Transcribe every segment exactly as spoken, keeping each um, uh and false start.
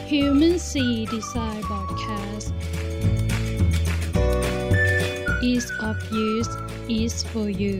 Human Seed Design Podcast Ease of Use is for you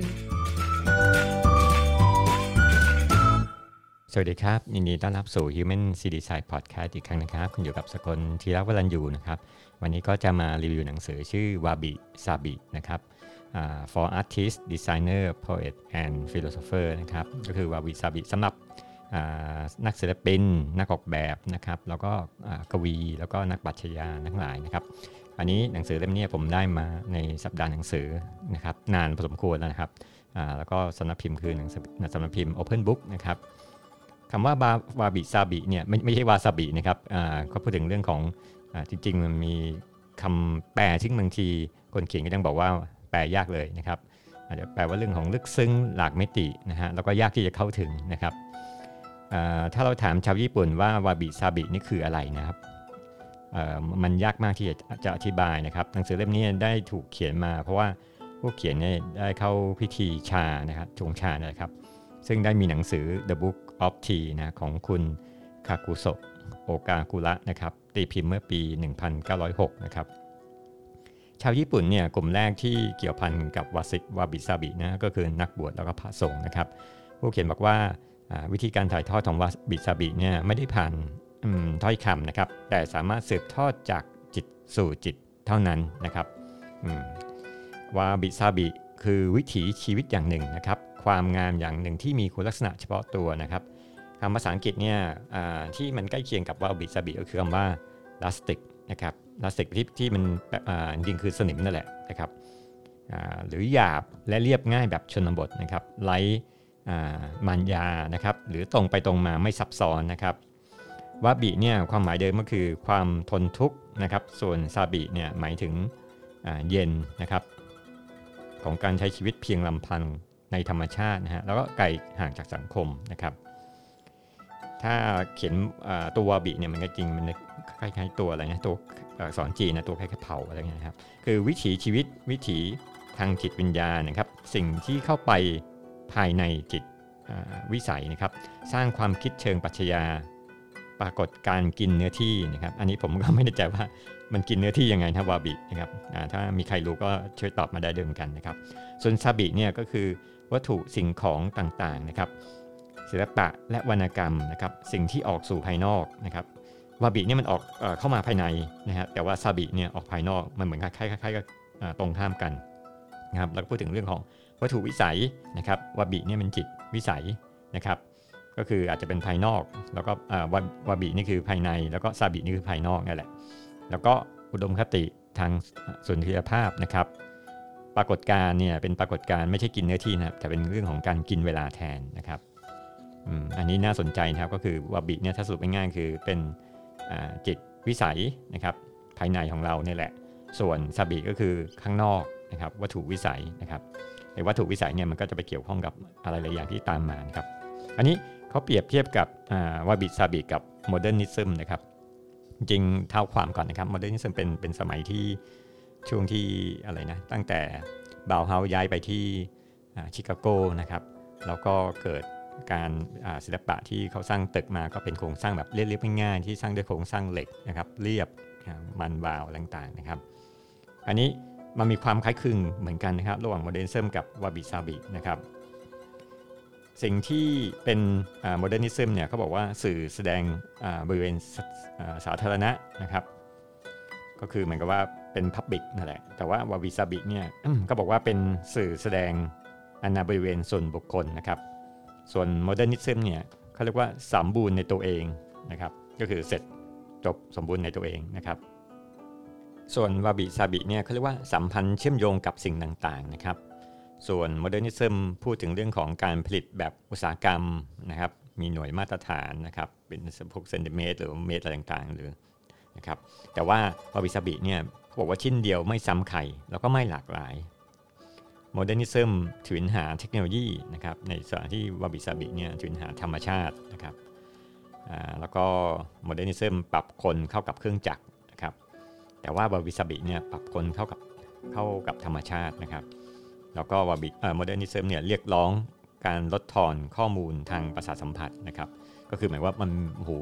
สวัสดีครับยินดีต้อนรับสู่ Human Seed Design Podcast อีกครั้งนะครับคุณอยู่กับสกลธีรวรัญยูนะครับวันนี้ก็จะมารีวิวหนังสือชื่อ Wabi Sabi นะครับ uh, for artist designer poet and philosopher นะครับก็คือ Wabi Sabi สำหรับนักศิลปินนักออกแบบนะครับแล้วก็กวีแล้วก็นักปรัชญาทั้งหลายนะครับอันนี้หนังสือเล่มนี้ผมได้มาในสัปดาห์หนังสือนะครับนานพอสมควรแล้วนะครับแล้วก็สำนักพิมพ์คือหนังสือสำนักพิมพ์ Open Book นะครับคำว่าวาบิซาบิเนี่ยไม่ไม่ใช่วาซาบินะครับเขาพูดถึงเรื่องของจริงๆมันมีคำแปลซึ่งบางทีคนเขียนก็ยังบอกว่าแปลยากเลยนะครับอาจจะแปลว่าเรื่องของลึกซึ้งหลากมิตินะฮะแล้วก็ยากที่จะเข้าถึงนะครับถ้าเราถามชาวญี่ปุ่นว่าวาบิซาบินี่คืออะไรนะครับมันยากมากที่จะจะอธิบายนะครับหนังสือเล่มนี้ได้ถูกเขียนมาเพราะว่าผู้เขียนเนี่ยได้เข้าพิธีชานะครับชงชานะครับซึ่งได้มีหนังสือ The Book of Tea นะของคุณคากุโซะโอกากุระนะครับตีพิมพ์เมื่อปีหนึ่งพันเก้าร้อยหกนะครับชาวญี่ปุ่นเนี่ยกลุ่มแรกที่เกี่ยวพันกับวาซิวาบิซาบินะก็คือนักบวชแล้วก็พระสงฆ์นะครับผู้เขียนบอกว่าวิธีการถ่ายทอดของวาบิซาบิเนี่ยไม่ได้ผ่านถ้อยคำนะครับแต่สามารถสืบทอดจากจิตสู่จิตเท่านั้นนะครับวาบิซาบิคือวิถีชีวิตอย่างหนึ่งนะครับความงามอย่างหนึ่งที่มีคุณลักษณะเฉพาะตัวนะครับคำภาษาอังกฤษเนี่ยที่มันใกล้เคียงกับวาบิซาบิก็คือคำว่า rustic นะครับ rustic ที่ที่มันจริงคือสนิมนั่นแหละนะครับหรือหยาบและเรียบง่ายแบบชนบทนะครับไร้มารยานะครับหรือตรงไปตรงมาไม่ซับซ้อนนะครับวาบิเนี่ยความหมายเดิมก็คือความทนทุกข์นะครับส่วนซาบิเนี่ยหมายถึงเย็นนะครับของการใช้ชีวิตเพียงลำพังในธรรมชาตินะฮะแล้วก็ไกลห่างจากสังคมนะครับถ้าเขียนตัววาบิเนี่ยมันก็จริงมันคล้ายๆตัวอะไรนะตัวอักษรจีนนะตัวคล้ายๆเผาอะไรเงี้ยครับคือวิถีชีวิตวิถีทางจิตวิญญาณนะครับสิ่งที่เข้าไปภายในจิตวิสัยนะครับสร้างความคิดเชิงปรัชญาปรากฏการกินเนื้อที่นะครับอันนี้ผมก็ไม่แน่ใจว่ามันกินเนื้อที่ยังไงนะวาบินะครับถ้ามีใครรู้ก็ช่วยตอบมาได้ด้วยเหมือนกันนะครับส่วนซาบิเนี่ยก็คือวัตถุสิ่งของต่างๆนะครับศิลปะและวรรณกรรมนะครับสิ่งที่ออกสู่ภายนอกนะครับวาบิเนี่ยมันออกเอ่อเข้ามาภายในนะฮะแต่ว่าซาบิเนี่ยออกภายนอกมันเหมือนคล้ายๆกับตรงข้ามกันนะครับแล้วก็พูดถึงเรื่องของวัตถุวิสัยนะครับวาบิเนี่ยมันจิตวิสัยนะครับก็คืออาจจะเป็นภายนอกแล้วก็วาบินี่คือภายในแล้วก็ซาบินี่คือภายนอกนั่นแหละแล้วก็อุดมคติทางสุนทรียภาพนะครับปรากฏการณ์เนี่ยเป็นปรากฏการณ์ไม่ใช่กินเนื้อที่นะครับแต่เป็นเรื่องของการกินเวลาแทนนะครับอืมอันนี้น่าสนใจนะครับก็คือวาบิเนี่ยถ้าสรุปง่ายๆคือเป็นจิตวิสัยนะครับภายในของเราเนี่ยแหละส่วนซาบิก็คือข้างนอกนะครับวัตถุวิสัยนะครับในวัตถุวิสัยเนี่ยมันก็จะไปเกี่ยวข้องกับอะไรหลายอย่างที่ตามมานะครับอันนี้เขาเปรียบเทียบกับวาบิซาบิกับโมเดิร์นิซึมนะครับจริงเท่าความก่อนนะครับโมเดิร์นิซึมเป็นเป็นสมัยที่ช่วงที่อะไรนะตั้งแต่บาวเฮาย้ายไปที่ชิคาโกนะครับแล้วก็เกิดการศิลปะที่เขาสร้างตึกมาก็เป็นโครงสร้างแบบเรียบๆง่ายๆที่สร้างด้วยโครงสร้างเหล็กนะครับเรียบมันวาวต่างๆนะครับอันนี้มันมีความคล้ายคลึงเหมือนกันนะครับระหว่างโมเดิร์นิซึมกับวาบิซาบินะครับสิ่งที่เป็นโมเดิร์นิซึมเนี่ยเขาบอกว่าสื่อแสดงบริเวณสาธารณะนะครับก็คือเหมือนกับว่าเป็นพับบิกนั่นแหละแต่ว่าวาบิซาบิเนี่ยก็บอกว่าเป็นสื่อแสดงณบริเวณส่วนบุคคลนะครับส่วนโมเดิร์นิซึมเนี่ยเขาเรียกว่าสมบูรณ์ในตัวเองนะครับก็คือเสร็จจบสมบูรณ์ในตัวเองนะครับส่วนวาบิซาบิเนี่ยเขาเรียกว่าสัมพันธ์เชื่อมโยงกับสิ่งต่างๆนะครับส่วนโมเดิร์นิซึมพูดถึงเรื่องของการผลิตแบบอุตสาหกรรมนะครับมีหน่วยมาตรฐานนะครับเป็นพวกเซนติเมตรหรือเมตรอะไรต่างๆหรือนะครับแต่ว่าวาบิซาบิเนี่ยบอกว่าชิ้นเดียวไม่ซ้ำใครแล้วก็ไม่หลากหลายโมเดิร์นิซึมถือหาเทคโนโลยีนะครับในส่วนที่วาบิซาบิเนี่ยถือหาธรรมชาตินะครับแล้วก็โมเดิร์นิซึมปรับคนเข้ากับเครื่องจักรนะครับแต่ว่าวาบิซาบิเนี่ยปรับคนเข้ากับเข้ากับธรรมชาตินะครับแล้วก็วาบิเอ่อโมเดิร์นิซึมเนี่ยเรียกร้องการลดทอนข้อมูลทางประสาทสัมผัสนะครับก็คือหมายว่ามันโห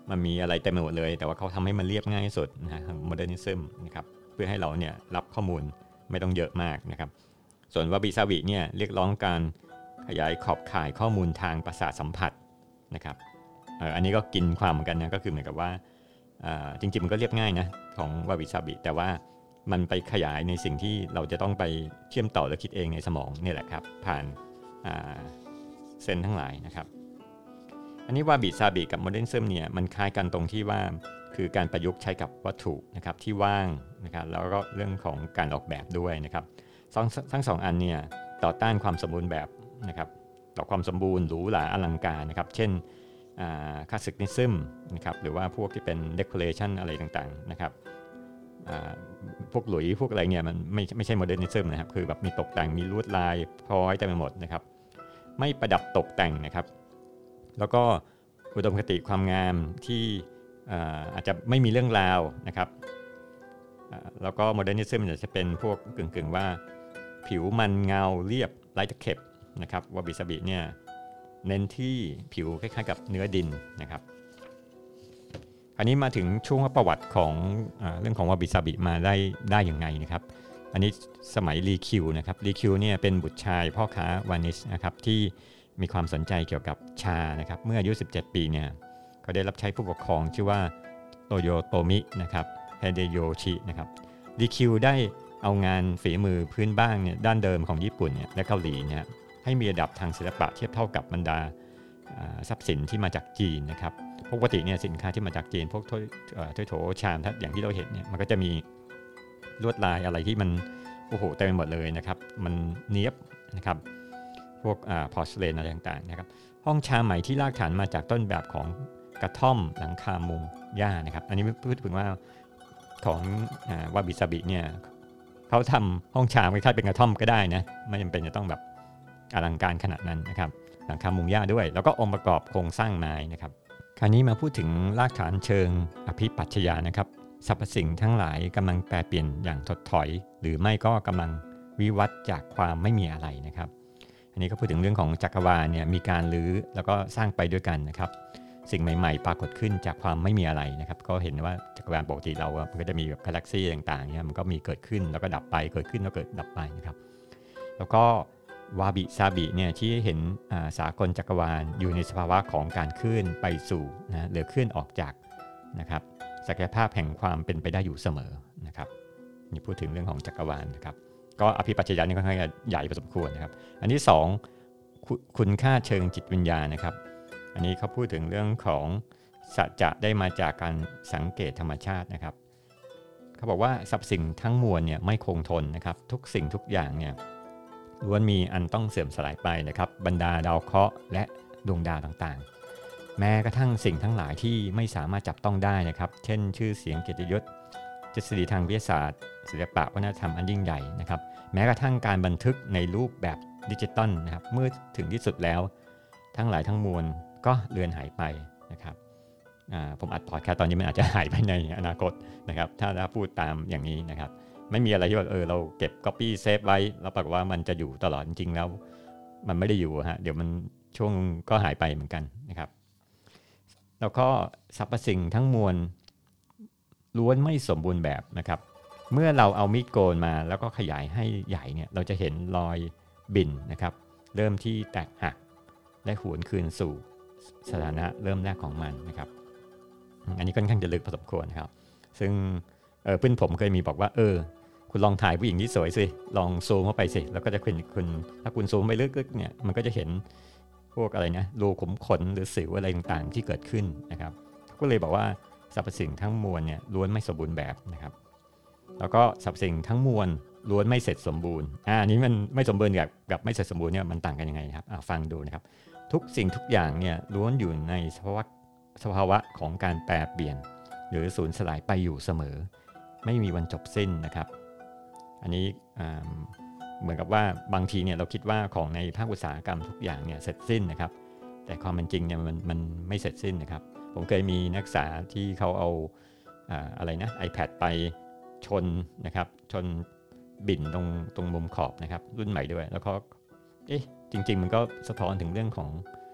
มันมีอะไรเต็มไปหมดเลยแต่ว่าเขาทำให้มันเรียบง่ายที่สุดนะฮะโมเดิร์นิซึมนะครับเพื่อให้เราเนี่ยรับข้อมูลไม่ต้องเยอะมากนะครับส่วนวาบิซาบิเนี่ยเรียกร้องการขยายขอบข่ายข้อมูลทางประสาทสัมผัสนะครับเอ่ออันนี้ก็กินความเหมือนกันนะก็คือเหมือนกับว่าจริงๆมันก็เรียบง่ายนะของวาบิซาบิแต่ว่ามันไปขยายในสิ่งที่เราจะต้องไปเชื่อมต่อและคิดเองในสมองนี่แหละครับผ่านเซนทั้งหลายนะครับอันนี้วาบิซาบิกับโมเดิร์นิซึมเนี่ยมันคล้ายกันตรงที่ว่าคือการประยุกต์ใช้กับวัตถุนะครับที่ว่างนะครับแล้วก็เรื่องของการออกแบบด้วยนะครับทั้งสองอันเนี่ยต่อต้านความสมบูรณ์แบบนะครับต่อความสมบูรณ์หรูหราอลังการนะครับเช่นคลาสสิกนิซึมนะครับหรือว่าพวกที่เป็นเดคอเรชันอะไรต่างๆนะครับพวกหลุยพวกอะไรเนี่ยมันไม่ไม่ใช่โมเดิร์นิซึมนะครับคือแบบมีตกแต่งมีลวดลายพร้อยเต็มไปหมดนะครับไม่ประดับตกแต่งนะครับแล้วก็อุดมคติความงามที่อาจจะไม่มีเรื่องราวนะครับแล้วก็โมเดิร์นิซึมจะเป็นพวกกึ่งๆว่าผิวมันเงาเรียบไร้ตะเข็บนะครับวาบิซาบิเนี่ยเน้นที่ผิวคล้ายๆกับเนื้อดินนะครับคราวนี้มาถึงช่วงประวัติของเอ่อเรื่องของวาบิซาบิมาได้ได้อย่างไงนะครับอันนี้สมัยรีคิวนะครับรีคิวเนี่ยเป็นบุตรชายพ่อค้าวานิชนะครับที่มีความสนใจเกี่ยวกับชานะครับเมื่ออายุสิบเจ็ดปีเนี่ยเขาได้รับใช้ผู้ปกครองชื่อว่าโตโยโตมินะครับเฮเดโยชินะครับรีคิวได้เอางานฝีมือพื้นบ้านเนี่ยด้านเดิมของญี่ปุ่นเนี่ยและเกาหลีเนี่ยให้มีระดับทางศิลปะเทียบเท่ากับบรรดาทรัพย์สินที่มาจากจีนนะครับปกติเนี่ยสินค้าที่มาจากจีนพวกถ้วยถ้วยโถชามอย่างที่เราเห็นเนี่ยมันก็จะมีลวดลายอะไรที่มันโอ้โหเต็มไปหมดเลยนะครับมันเนียบนะครับพวกพอร์ซเลนอะไรต่างๆนะครับห้องชาใหม่ที่รากฐานมาจากต้นแบบของกระท่อมหลังคามุงหญ้านะครับอันนี้พูดถึงว่าของวาบิซาบิเนี่ยเขาทำห้องชาไม่ใช่เป็นกระท่อมก็ได้นะไม่จำเป็นจะต้องแบบอลังการขนาดนั้นนะครับหลังคามุงหญ้าด้วยแล้วก็องค์ประกอบโครงสร้างไม้นะครับคราวนี้มาพูดถึงรากฐานเชิงอภิปรัชญานะครับสรรพสิ่งทั้งหลายกำลังแปรเปลี่ยนอย่างถดถอยหรือไม่ก็กำลังวิวัฒน์จากความไม่มีอะไรนะครับอันนี้ก็พูดถึงเรื่องของจักรวาลเนี่ยมีการรื้อแล้วก็สร้างไปด้วยกันนะครับสิ่งใหม่ๆปรากฏขึ้นจากความไม่มีอะไรนะครับก็เห็นว่าจักรวาลปกติเรามันก็จะมีแบบกาแล็กซี่ต่างๆเนี่ยมันก็มีเกิดขึ้นแล้วก็ดับไปเกิดขึ้นแล้วเกิดดับไปนะครับแล้วก็วาบิซาบิเนี่ยที่เห็นสากลจักรวาลอยู่ในสภาวะของการเคลื่อนไปสู่นะหรือเคลื่อนออกจากนะครับศักยภาพแห่งความเป็นไปได้อยู่เสมอนะครับนี่พูดถึงเรื่องของจักรวาลนะครับก็อภิปรัชญานี่ค่อนข้างใหญ่พอสมควรนะครับอันที่สองคุณค่าเชิงจิตวิญญาณนะครับอันนี้เขาพูดถึงเรื่องของสัจจะได้มาจากการสังเกตธรรมชาตินะครับเขาบอกว่าสรรพสิ่งทั้งมวลเนี่ยไม่คงทนนะครับทุกสิ่งทุกอย่างเนี่ยล้วนมีอันต้องเสื่อมสลายไปนะครับบรรดาดาวเคราะห์และดวงดาวต่างๆแม้กระทั่งสิ่งทั้งหลายที่ไม่สามารถจับต้องได้นะครับเช่นชื่อเสียงเกียรติยศทฤษฎีทางวิทยาศาสตร์ศิลปะวัฒนธรรมอันยิ่งใหญ่นะครับแม้กระทั่งการบันทึกในรูปแบบดิจิตอลนะครับเมื่อถึงที่สุดแล้วทั้งหลายทั้งมวลก็เลือนหายไปนะครับผมอัดพอดแคสต์ตอนนี้มันอาจจะหายไปในอนาคตนะครับถ้าถ้าพูดตามอย่างนี้นะครับไม่มีอะไรที่ว่าเออเราเก็บ copy save ไว้แล้วปรากฏว่ามันจะอยู่ตลอดจริงๆแล้วมันไม่ได้อยู่ฮะเดี๋ยวมันช่วงก็หายไปเหมือนกันนะครับแล้วก็สรรพสิ่งทั้งมวลล้วนไม่สมบูรณ์แบบนะครับเมื่อเราเอามีดโกนมาแล้วก็ขยายให้ใหญ่เนี่ยเราจะเห็นรอยบิ่นนะครับเริ่มที่แตกหักและหวนคืนสู่สถานะเริ่มแรกของมันนะครับอันนี้ค่อนข้างจะลึกพอสมควรครับซึ่งเออเพื่อนผมเคยมีบอกว่าเออคุณลองถ่ายผู้หญิงที่สวยสิลองซูมเข้าไปสิแล้วก็จะคุณคุณถ้าคุณซูมไปลึกๆเนี่ยมันก็จะเห็นพวกอะไรนะรูขุมขนหรือสิวอะไรต่างๆที่เกิดขึ้นนะครับก็เลยบอกว่าสรรพสิ่งทั้งมวลเนี่ยล้วนไม่สมบูรณ์แบบนะครับแล้วก็สรรพสิ่งทั้งมวลล้วนไม่เสร็จสมบูรณ์อ่านี้มันไม่สมบูรณ์กับกับไม่เสร็จสมบูรณ์เนี่ยมันต่างกันยังไงครับอ่าฟังดูนะครับทุกสิ่งทุกอย่างเนี่ยล้วนอยู่ในสภาวะสภาวะของการแปรเปลี่ยนหรือสูญสลายไปอยู่เสมอไม่มีวันจบสิ้นนะครับอันนี้เหมือนกับว่าบางทีเนี่ยเราคิดว่าของในภาคอุตสาหกรรมทุกอย่างเนี่ยเสร็จสิ้นนะครับแต่ความเป็นจริงเนี่ยมันมันไม่เสร็จสิ้นนะครับผมเคยมีนักศึกษาที่เขาเอาอะไรนะ iPad ไปชนนะครับชนบิ่นตรงตรงมุมขอบนะครับรุ่นใหม่ด้วยแล้วก็เอ๊ะจริงๆมันก็สะท้อนถึงเรื่องของ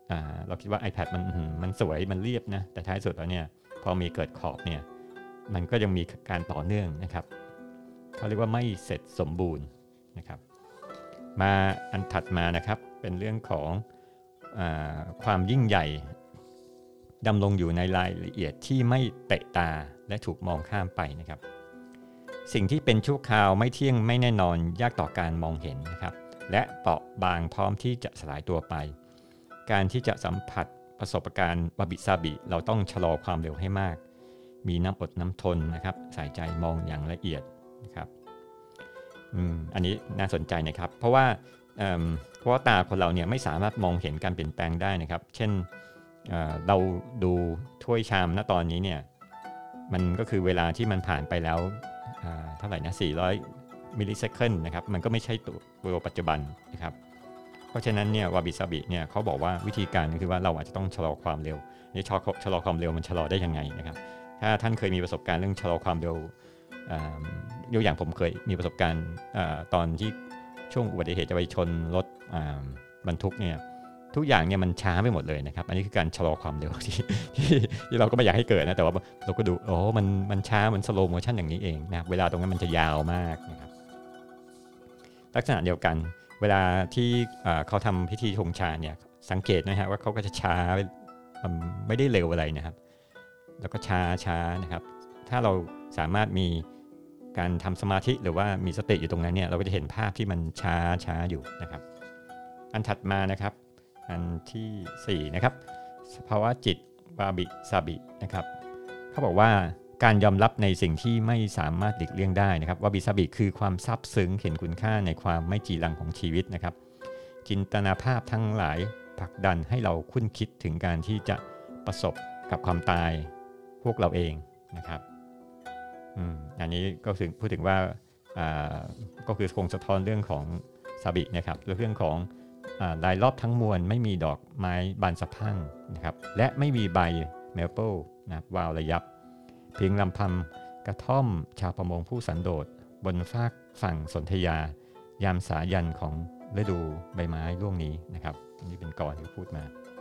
เราคิดว่า iPad มันมันสวยมันเรียบนะแต่ท้ายสุดแล้วเนี่ยพอมีเกิดขอบเนี่ยมันก็ยังมีการต่อเนื่องนะครับเขาเรียกว่าไม่เสร็จสมบูรณ์นะครับมาอันถัดมานะครับเป็นเรื่องของอ่าความยิ่งใหญ่ดำรงอยู่ในรายละเอียดที่ไม่เตะตาและถูกมองข้ามไปนะครับสิ่งที่เป็นชั่วคราวไม่เที่ยงไม่แน่นอนยากต่อการมองเห็นนะครับและเปราะบางพร้อมที่จะสลายตัวไปการที่จะสัมผัสประสบการณ์วาบิซาบิเราต้องชะลอความเร็วให้มากมีน้ำอดน้ำทนนะครับใส่ใจมองอย่างละเอียดนะครับอืมอันนี้น่าสนใจนะครับเพราะว่าเอ่อเพราะว่าตาคนเราเนี่ยไม่สามารถมองเห็นการเปลี่ยนแปลงได้นะครับเช่น เอ่อเราดูถ้วยชามณตอนนี้เนี่ยมันก็คือเวลาที่มันผ่านไปแล้วเท่าไหร่นะสี่ร้อยมิลลิเซคันด์นะครับมันก็ไม่ใช่ตัวปัจจุบันนะครับเพราะฉะนั้นเนี่ยวาบิซาบิเนี่ยเขาบอกว่าวิธีการคือว่าเราอาจจะต้องชะลอความเร็วนี่ชะลอความเร็วมันชะลอได้ยังไงนะครับถ้าท่านเคยมีประสบการณ์เรื่องชะลอความเร็วยกอย่างผมเคยมีประสบการณ์ตอนที่ช่วงอุบัติเหตุจะไปชนรถบรรทุกเนี่ยทุกอย่างเนี่ยมันช้าไปหมดเลยนะครับอันนี้คือการชะลอความเร็วที่ที่เราก็ไม่อยากให้เกิดนะแต่ว่าเราก็ดูโอ้มันมันช้ามันสโลว์โมชั่นอย่างนี้เองนะครับเวลาตรงนั้นมันจะยาวมากนะครับลักษณะเดียวกันเวลาที่เขาทำพิธีชงชาเนี่ยสังเกตนะฮะว่าเขาก็จะช้าไม่ได้เร็วอะไรนะครับแล้วก็ช้าช้านะครับถ้าเราสามารถมีการทำสมาธิหรือว่ามีสติอยู่ตรงนั้นเนี่ยเราก็จะเห็นภาพที่มันช้าช้าอยู่นะครับอันถัดมานะครับอันที่สี่นะครับสภาวะจิตวาบิซาบินะครับเขาบอกว่าการยอมรับในสิ่งที่ไม่สามารถหลีกเลี่ยงได้นะครับวาบิซาบิคือความซาบซึ้งเห็นคุณค่าในความไม่จีรังของชีวิตนะครับจินตนาภาพทั้งหลายผลักดันให้เราคุ้นคิดถึงการที่จะประสบกับความตายพวกเราเองนะครับอืมอันนี้ก็ถึงพูดถึงว่าอ่าก็คือคงสะท้อนเรื่องของซาบินะครับเรื่องของรายรอบทั้งมวลไม่มีดอกไม้บานสะพรั่งนะครับและไม่มีใบเมเปิลนะวาวระยับเพียงลำพังกระท่อมชาวประมงผู้สันโดษบนฟากฝั่งสนธยายามสายันของฤดูใบไม้ร่วงนี้นะครับนี่เป็นกรที่พูดมา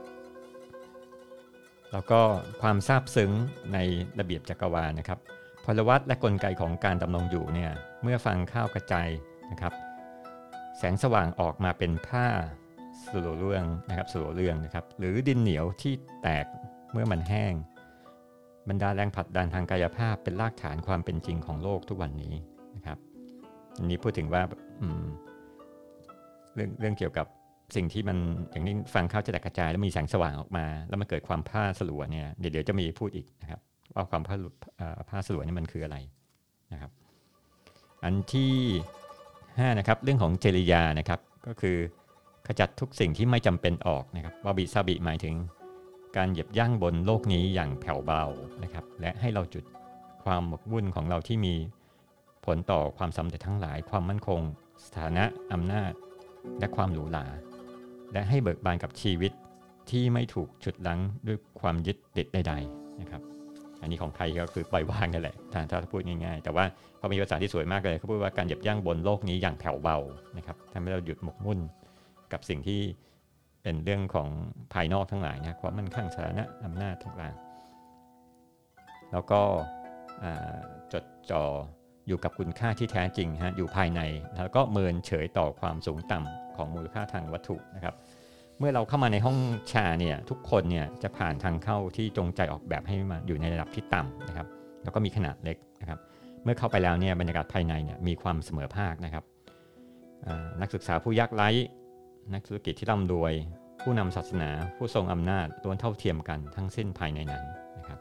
แล้วก็ความซาบซึ้งในระเบียบจักรวาลนะครับพลวัตและกลไกของการดำรงอยู่เนี่ยเมื่อฟังข้าวกระจายนะครับแสงสว่างออกมาเป็นผ้าสโลเรื่องนะครับสโลเรื่องนะครับหรือดินเหนียวที่แตกเมื่อมันแห้งบรรดาแรงผลักดันทางกายภาพเป็นรากฐานความเป็นจริงของโลกทุกวันนี้นะครับอันนี้พูดถึงว่าเรื่องเรื่องเกี่ยวกับสิ่งที่มันอย่างนี้ฟังข้าวจะแตกกระจายแล้วมีแสงสว่างออกมาแล้วมันเกิดความผ้าสลัวเนี่ยเดี๋ยวเดี๋ยวจะมีพูดอีกนะครับว่าความผ้าผ้าสลัวนี่มันคืออะไรนะครับอันที่ห้านะครับเรื่องของเจริยานะครับก็คือขจัดทุกสิ่งที่ไม่จำเป็นออกนะครับวาบิซาบิหมายถึงการเหยียบย่างบนโลกนี้อย่างแผ่วเบานะครับและให้เราจุดความหมกมุ่นของเราที่มีผลต่อความสำเร็จทั้งหลายความมั่นคงสถานะอำนาจและความหรูหราและให้เบิกบานกับชีวิตที่ไม่ถูกฉุดรั้งด้วยความยึดติดใดๆนะครับอันนี้ของไทยก็คือปล่อยวางกันแหละถ้าถ้าพูดง่ายๆแต่ว่าเขามีภาษาที่สวยมากเลยเขาพูดว่าการเหยียบย่างบนโลกนี้อย่างแผ่วเบานะครับทำให้เราหยุดหมกมุ่นกับสิ่งที่เป็นเรื่องของภายนอกทั้งหลายนะความมั่นคงสถานะอำนาจต่างๆแล้วก็จดจ่ออยู่กับคุณค่าที่แท้จริงฮะอยู่ภายในแล้วก็เมินเฉยต่อความสูงต่ำของมูลค่าทางวัตถุนะครับเมื่อเราเข้ามาในห้องชาเนี่ยทุกคนเนี่ยจะผ่านทางเข้าที่จงใจออกแบบให้มาอยู่ในระดับที่ต่ำนะครับแล้วก็มีขนาดเล็กนะครับเมื่อเข้าไปแล้วเนี่ยบรรยากาศภายในเนี่ยมีความเสมอภาคนะครับนักศึกษาผู้ยากไร้นักธุรกิจที่ร่ำรวยผู้นำศาสนาผู้ทรงอำนาจล้วนเท่าเทียมกันทั้งสิ้นภายในนั้นนะครับ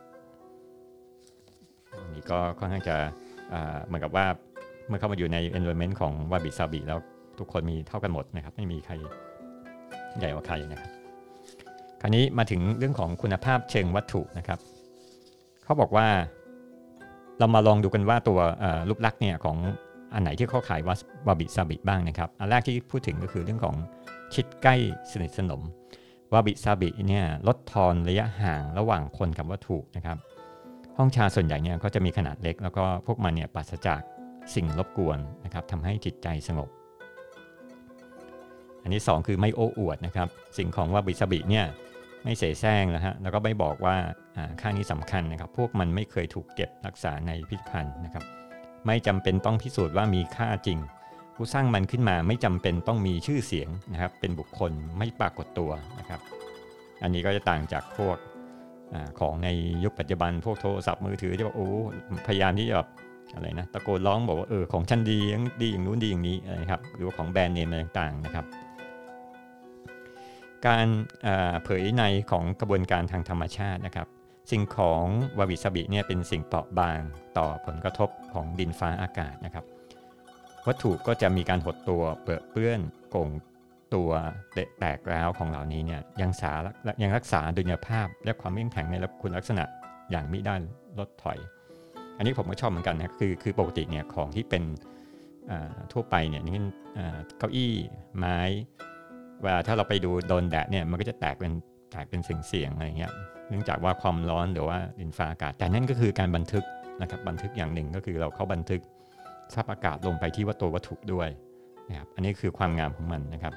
อันนี้ก็ค่อนข้างจะเหมือนกับว่าเมื่อเข้ามาอยู่ใน environment ของวาบิซาบิแล้วทุกคนมีเท่ากันหมดนะครับไม่มีใครใหญ่กว่าใครนะครับคราวนี้มาถึงเรื่องของคุณภาพเชิงวัตถุนะครับเขาบอกว่าเรามาลองดูกันว่าตัวรูปลักษณ์เนี่ยของอันไหนที่เขาขายวาบิซาบิบ้างนะครับอันแรกที่พูดถึงก็คือเรื่องของชิดใกล้สนิทสนมวาบิซาบิเนี่ยลดทอนระยะห่างระหว่างคนกับวัตถุนะครับห้องชาส่วนใหญ่เนี่ยก็จะมีขนาดเล็กแล้วก็พวกมันเนี่ยปราศจากสิ่งรบกวนนะครับทำให้จิตใจสงบอันที่สองคือไม่โอ้อวดนะครับสิ่งของวาบิซาบิเนี่ยไม่เสแสร้งแล้วฮะแล้วก็ไม่บอกว่าค่านี้สำคัญนะครับพวกมันไม่เคยถูกเก็บรักษาในพิพิธภัณฑ์นะครับไม่จำเป็นต้องพิสูจน์ว่ามีค่าจริงผู้สร้างมันขึ้นมาไม่จำเป็นต้องมีชื่อเสียงนะครับเป็นบุคคลไม่ปรากฏตัวนะครับอันนี้ก็จะต่างจากพวกอของในยุคปัจจุบันพวกโทรศัพท์มือถือที่ว่าโอ้พยายามที่จะแบบอะไรนะตะโกนร้องบอกว่าเออของฉันดีอย่างดีอย่างนู้นดีอย่างนี้อะไรครับหรือว่าของแบรนด์เนมอะไรต่างๆนะครับการเผยในของกระบวนการทางธรรมชาตินะครับสิ่งของวาบิซาบิเนี่ยเป็นสิ่งเปราะบางต่อผลกระทบของดินฟ้าอากาศนะครับวัตถุก็จะมีการหดตัวเปื้อนเปื้อนโก่งตัวแตกร้าวของเหล่านี้เนี่ยยังสายังรักษาดุลยภาพและความเข้มแข็งในคุณลักษณะอย่างมิได้ลดถอยอันนี้ผมก็ชอบเหมือนกันนะคือคือปกติเนี่ยของที่เป็นทั่วไปเนี่ยอย่างเช่นเก้าอี้ไม้เวลาถ้าเราไปดูโดนแดดเนี่ยมันก็จะแตกเป็นแตกเป็นเสียงๆอะไรเงี้ยเนื่องจากว่าความร้อนหรือว่าดินฟ้าอากาศแต่นั่นก็คือการบันทึกนะครับบันทึกอย่างหนึ่งก็คือเราเข้าบันทึกสภาพอากาศลงไปที่วัตถุวัตถุด้วยนะครับอันนี้คือความงามของมันนะครับ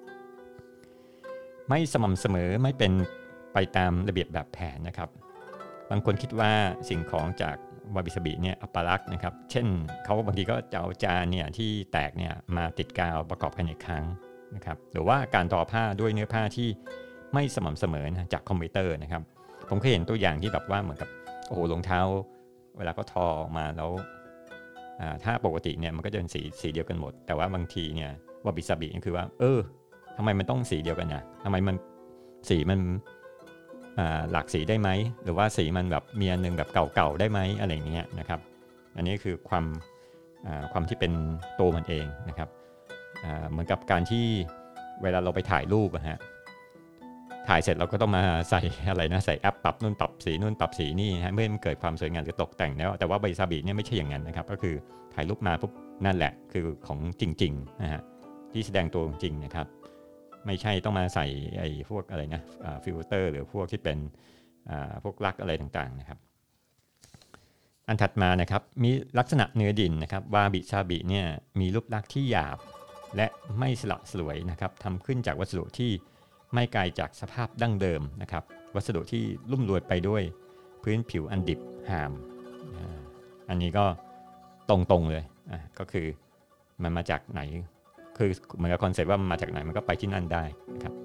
ไม่สม่ำเสมอไม่เป็นไปตามระเบียบแบบแผนนะครับบางคนคิดว่าสิ่งของจากวาบิซาบิเนี่ยอัปลักษณ์นะครับเช่นเขาบางทีก็จะเอาจานเนี่ยที่แตกเนี่ยมาติดกาวประกอบกันอีกครั้งนะครับหรือว่าการทอผ้าด้วยเนื้อผ้าที่ไม่สม่ำเสมอนะจากคอมพิวเตอร์นะครับผมเคยเห็นตัวอย่างที่แบบว่าเหมือนกับโอ้โหรองเท้าเวลาก็ทอออกมาแล้วถ้าปกติเนี่ยมันก็จะเป็นสีสีเดียวกันหมดแต่ว่าบางทีเนี่ยวาบิซาบิก็คือว่าเออทำไมมันต้องสีเดียวกันนะทำไมมันสีมันหลากสีได้ไหมหรือว่าสีมันแบบมีอันนึงแบบเก่าๆได้ไหมอะไรอย่างเงี้ยนะครับอันนี้คือความความที่เป็นตัวมันเองนะครับเหมือนกับการที่เวลาเราไปถ่ายรูปอะฮะถ่ายเสร็จเราก็ต้องมาใส่อะไรนะใส่แอปปรับนู่นปรับสีนู่นปรับสีนี่ฮะเมื่อมันเกิดความสวยงามหรือตกแต่งแล้วแต่ว่าวาบิซาบิเนี่ยไม่ใช่อย่างนั้นนะครับก็คือถ่ายรูปมาปุ๊บนั่นแหละคือของจริงๆนะฮะที่แสดงตัวจริงๆนะครับไม่ใช่ต้องมาใส่ไอ้พวกอะไรนะฟิลเตอร์หรือพวกที่เป็นพวกลักอะไรต่างๆนะครับอันถัดมานะครับมีลักษณะเนื้อดินนะครับวาบิซาบิเนี่ยมีรูปลักษณ์ที่หยาบและไม่สละสลวยนะครับทำขึ้นจากวัสดุที่ไม่ไกลจากสภาพดั้งเดิมนะครับวัสดุที่ลุ่มรวยไปด้วยพื้นผิวอันดิบห่ามอันนี้ก็ตรงๆเลยก็คือมันมาจากไหนคือเหมือนกับคอนเซ็ปต์ว่ามันมาจากไหนมันก็ไปที่นั่นได้นะครับ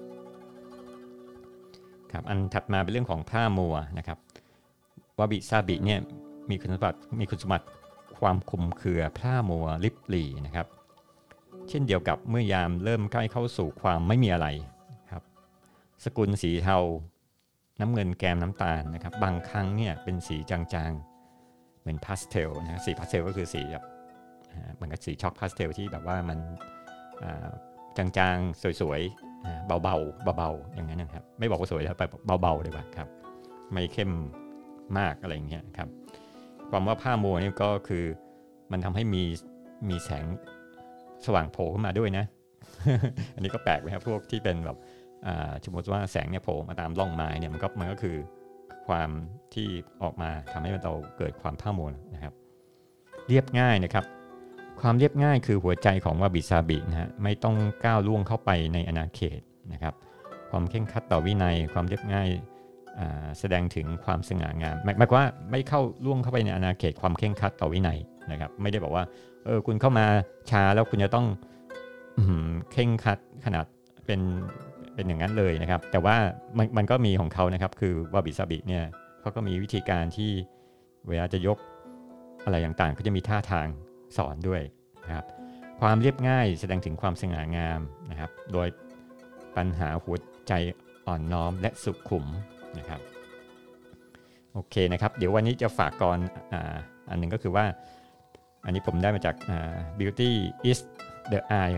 ครับอันถัดมาเป็นเรื่องของผ้ามัวนะครับวาบิซาบิเนี่ยมีคุณสมบัติมีคุณสมบัติความคลุมเครือผ้ามัวลิบหลี่นะครับเช่นเดียวกับเมื่อยามเริ่มใกล้เข้าสู่ความไม่มีอะไรครับสกุลสีเทาน้ำเงินแกมน้ำตาลนะครับบางครั้งเนี่ยเป็นสีจางๆเหมือนพาสเทลนะสีพาสเทลก็คือสีแบบเหมือนกับสีช็อกพาสเทลที่แบบว่ามันจางๆสวยๆเบาๆเบาๆอย่างนั้นนะครับไม่บอกว่าสวยแล้วไปเบาๆเลยว่าครับไม่เข้มมากอะไรอย่างเงี้ยครับความว่าผ้ามัวนี่ก็คือมันทำให้มีมีแสงสว่างโผล่ขึ้นมาด้วยนะ อันนี้ก็แปลกไหมครับพวกที่เป็นแบบสมมติว่าแสงเนี่ยโผล่มาตามร่องไม้เนี่ยมันก็มันก็คือความที่ออกมาทำให้เราเกิดความผ้ามัวนะครับเรียบง่ายนะครับความเรียบง่ายคือหัวใจของวาบิซาบินะฮะไม่ต้องก้าวล่วงเข้าไปในอาณาเขตนะครับความเคร่งครัดต่อวินัยความเรียบง่ายแสดงถึงความสง่างามหมายความว่าไม่เข้าล่วงเข้าไปในอาณาเขตความเคร่งครัดต่อวินัยนะครับไม่ได้บอกว่าเออคุณเข้ามาช้าแล้วคุณจะต้องเคร่งครัดขนาดเป็นเป็นอย่างนั้นเลยนะครับแต่ว่ามันมันก็มีของเขานะครับคือวาบิซาบิเนี่ยเขาก็มีวิธีการที่เวลาจะยกอะไรต่างๆก็จะมีท่าทางสอนด้วยนะครับความเรียบง่ายแสดงถึงความสง่างามนะครับโดยปัญหาหัวใจอ่อนน้อมและสุขุมนะครับโอเคนะครับเดี๋ยววันนี้จะฝากก่อน อ, อันหนึ่งก็คือว่าอันนี้ผมได้มาจาก Beauty is the eye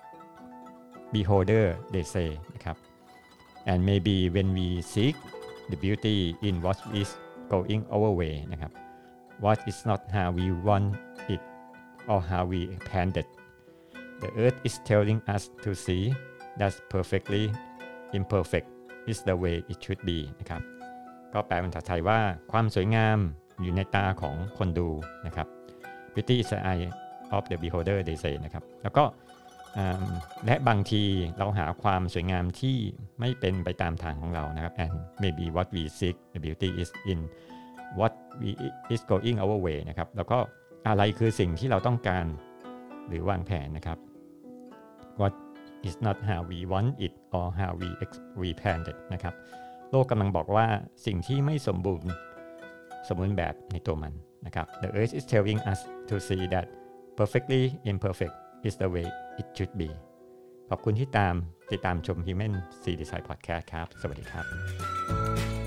beholder they say นะครับ and maybe when we seek the beauty in what is going our way นะครับ what is not how we want it or how we planned it the earth is telling us to see that perfectly imperfect is the way it should be นะครับก็แปลเป็นภาษาไทยว่าความสวยงามอยู่ในตาของคนดูนะครับ Beauty is the eye of the beholder they say นะครับแล้วก็และบางทีเราหาความสวยงามที่ไม่เป็นไปตามทางของเรานะครับ and maybe what we seek the beauty is in what we is going our way นะครับแล้วก็อะไรคือสิ่งที่เราต้องการหรือวางแผนนะครับ what is not how we want it or how we we planned it นะครับโลกกำลังบอกว่าสิ่งที่ไม่สมบูรณ์สมบูรณ์แบบในตัวมันนะครับ the earth is telling us to see that perfectly imperfect is the way it should be ขอบคุณที่ตามติดตามชม Human ซี Design Podcast ครับสวัสดีครับ